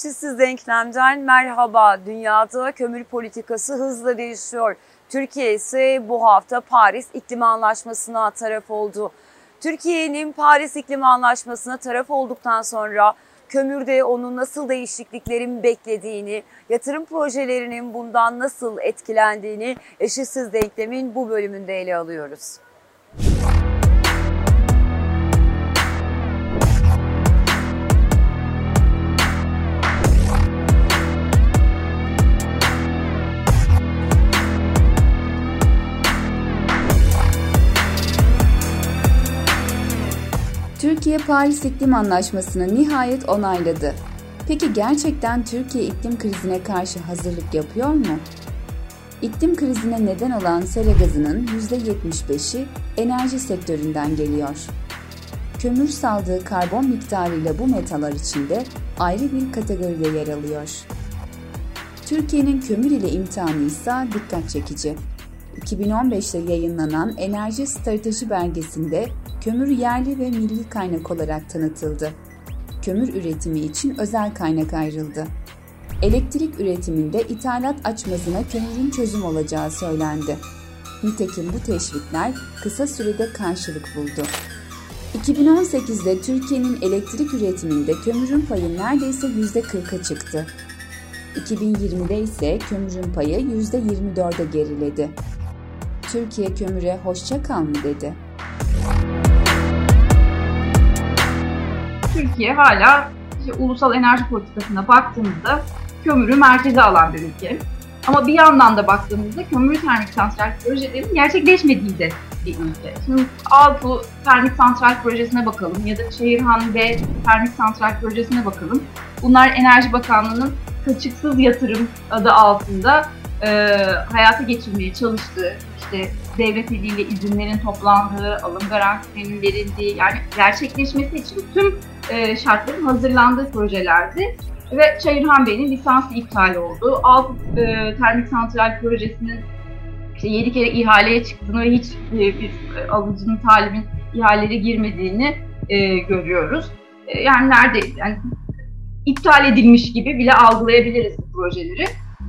Eşitsiz denklemden merhaba. Dünyada kömür politikası hızla değişiyor. Türkiye ise bu hafta Paris İklim Anlaşması'na taraf oldu. Türkiye'nin Paris İklim Anlaşması'na taraf olduktan sonra kömürde onun nasıl değişikliklerin beklediğini, yatırım projelerinin bundan nasıl etkilendiğini Eşitsiz denklemin bu bölümünde ele alıyoruz. Türkiye Paris İklim Anlaşması'nı nihayet onayladı. Peki gerçekten Türkiye iklim krizine karşı hazırlık yapıyor mu? İklim krizine neden olan sera gazının %75'i enerji sektöründen geliyor. Kömür saldığı karbon miktarıyla bu metaller içinde ayrı bir kategoride yer alıyor. Türkiye'nin kömür ile imtihanı ise dikkat çekici. 2015'te yayınlanan Enerji Strateji belgesinde kömür yerli ve milli kaynak olarak tanıtıldı. Kömür üretimi için özel kaynak ayrıldı. Elektrik üretiminde ithalat açmazına kömürün çözüm olacağı söylendi. Nitekim bu teşvikler kısa sürede karşılık buldu. 2018'de Türkiye'nin elektrik üretiminde kömürün payı neredeyse %40'a çıktı. 2020'de ise kömürün payı %24'e geriledi. Türkiye kömüre hoşça kal mı dedi? Türkiye hala ulusal enerji politikasına baktığımızda kömürü merkeze alan bir ülke. Ama bir yandan da baktığımızda kömür termik santral projelerinin gerçekleşmediği de bir ülke. Şimdi Alpu termik santral projesine bakalım ya da Şehirhan B termik santral projesine bakalım. Bunlar Enerji Bakanlığı'nın kaçıksız yatırım adı altında hayata geçirmeye çalıştığı, işte devlet eliyle izinlerin toplandığı, alım garantilerinin verildiği, yani gerçekleşmesi için tüm şartların hazırlandığı projelerdi. Ve Çayırhan Bey'in lisansı iptal oldu. Alp termik santral projesinin 7 kere ihaleye çıktığını ve hiç bir alıcının, talibin ihalelere girmediğini görüyoruz. Yani iptal edilmiş gibi bile algılayabiliriz bu projeleri.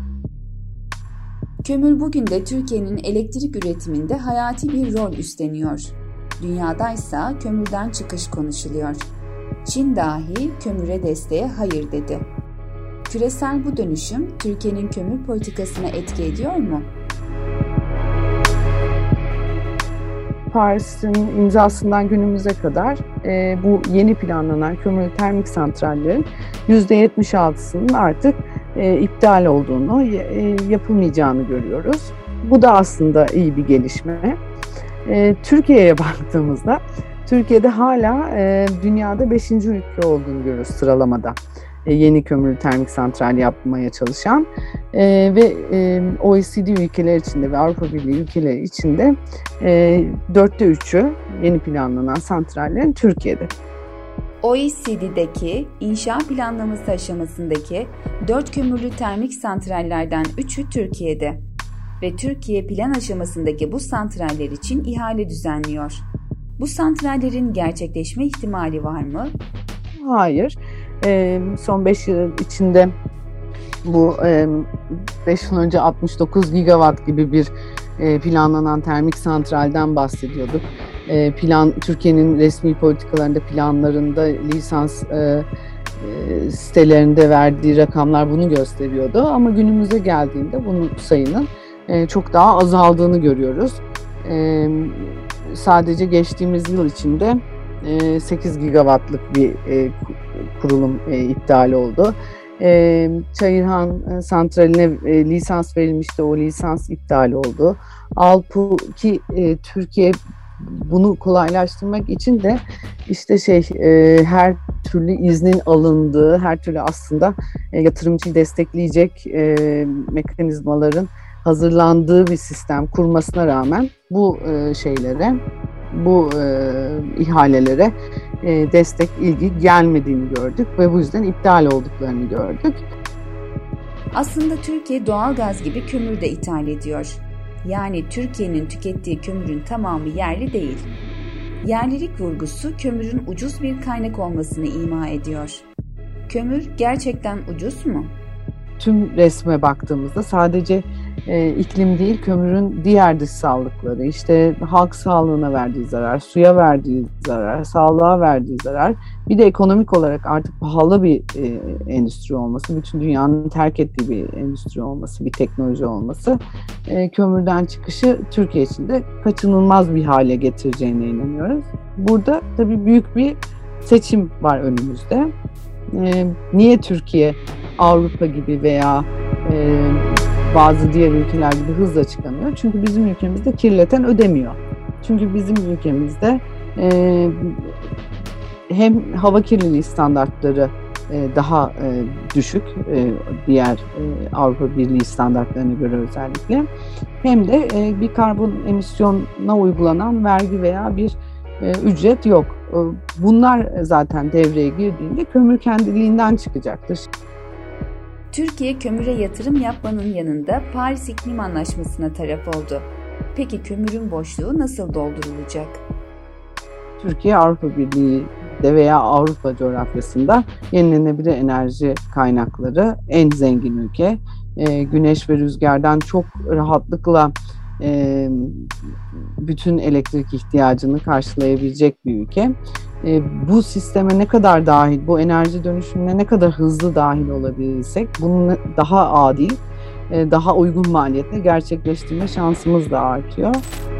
Kömür bugün de Türkiye'nin elektrik üretiminde hayati bir rol üstleniyor. Dünyadaysa kömürden çıkış konuşuluyor. Çin dahi kömüre desteğe hayır dedi. Küresel bu dönüşüm Türkiye'nin kömür politikasına etki ediyor mu? Paris'in imzasından günümüze kadar bu yeni planlanan kömür termik santrallerin %76'sının artık iptal olduğunu, yapılmayacağını görüyoruz. Bu da aslında iyi bir gelişme. Türkiye'ye baktığımızda, Türkiye'de hala dünyada 5. ülke olduğunu görüyoruz sıralamada. Yeni kömür termik santral yapmaya çalışan ve OECD ülkeler içinde ve Avrupa Birliği ülkeleri içinde 4'te 3'ü yeni planlanan santrallerin Türkiye'de. OECD'deki inşa planlaması aşamasındaki 4 kömürlü termik santrallerden 3'ü Türkiye'de ve Türkiye plan aşamasındaki bu santraller için ihale düzenliyor. Bu santrallerin gerçekleşme ihtimali var mı? Hayır. Son 5 yıl içinde bu 5 yıl önce 69 gigawatt gibi bir planlanan termik santralden bahsediyorduk. Türkiye'nin resmi politikalarında, planlarında, lisans sitelerinde verdiği rakamlar bunu gösteriyordu. Ama günümüze geldiğinde bunun sayının çok daha azaldığını görüyoruz. Sadece geçtiğimiz yıl içinde 8 gigawattlık bir kurulum iptal oldu. Çayırhan Santrali'ne lisans verilmişti, o lisans iptal oldu. Alpu ki Türkiye bunu kolaylaştırmak için de işte her türlü iznin alındığı, her türlü aslında yatırımcıyı destekleyecek mekanizmaların hazırlandığı bir sistem kurmasına rağmen bu bu ihalelere destek, ilgi gelmediğini gördük ve bu yüzden iptal olduklarını gördük. Aslında Türkiye doğalgaz gibi kömür de ithal ediyor. Yani Türkiye'nin tükettiği kömürün tamamı yerli değil. Yerlilik vurgusu kömürün ucuz bir kaynak olmasını ima ediyor. Kömür gerçekten ucuz mu? Tüm resme baktığımızda sadece iklim değil, kömürün diğer dışsallıkları, işte halk sağlığına verdiği zarar, suya verdiği zarar, sağlığa verdiği zarar, bir de ekonomik olarak artık pahalı bir endüstri olması, bütün dünyanın terk ettiği bir endüstri olması, bir teknoloji olması, kömürden çıkışı Türkiye için de kaçınılmaz bir hale getireceğine inanıyoruz. Burada tabii büyük bir seçim var önümüzde. Niye Türkiye Avrupa gibi veya bazı diğer ülkeler gibi hızla çıkamıyor? Çünkü bizim ülkemizde kirleten ödemiyor. Çünkü bizim ülkemizde hem hava kirliliği standartları daha düşük diğer Avrupa Birliği standartlarına göre özellikle, hem de bir karbon emisyonuna uygulanan vergi veya bir ücret yok. Bunlar zaten devreye girdiğinde kömür kendiliğinden çıkacaktır. Türkiye kömüre yatırım yapmanın yanında Paris İklim Anlaşması'na taraf oldu. Peki kömürün boşluğu nasıl doldurulacak? Türkiye Avrupa Birliği'de veya Avrupa coğrafyasında yenilenebilir enerji kaynakları en zengin ülke. Güneş ve rüzgardan çok rahatlıkla bütün elektrik ihtiyacını karşılayabilecek bir ülke. Bu sisteme ne kadar dahil, bu enerji dönüşümüne ne kadar hızlı dahil olabilirsek, bunu daha adil, daha uygun maliyetle gerçekleştirme şansımız da artıyor.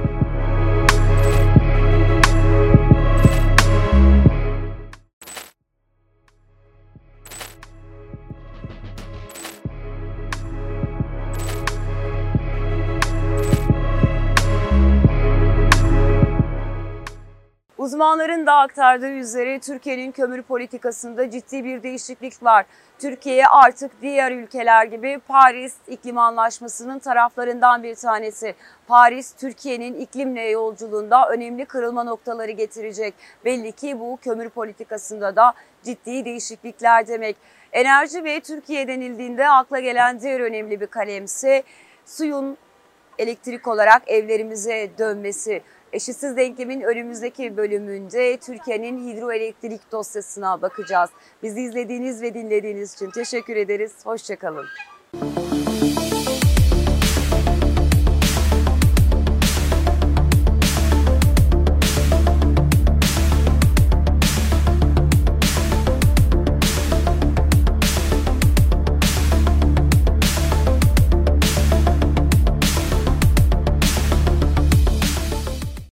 Uzmanların da aktardığı üzere Türkiye'nin kömür politikasında ciddi bir değişiklik var. Türkiye artık diğer ülkeler gibi Paris İklim Anlaşması'nın taraflarından bir tanesi. Paris, Türkiye'nin iklimle yolculuğunda önemli kırılma noktaları getirecek. Belli ki bu kömür politikasında da ciddi değişiklikler demek. Enerji ve Türkiye denildiğinde akla gelen diğer önemli bir kalemse suyun elektrik olarak evlerimize dönmesi. Eşitsiz denklemin önümüzdeki bölümünde Türkiye'nin hidroelektrik dosyasına bakacağız. Bizi izlediğiniz ve dinlediğiniz için teşekkür ederiz. Hoşça kalın.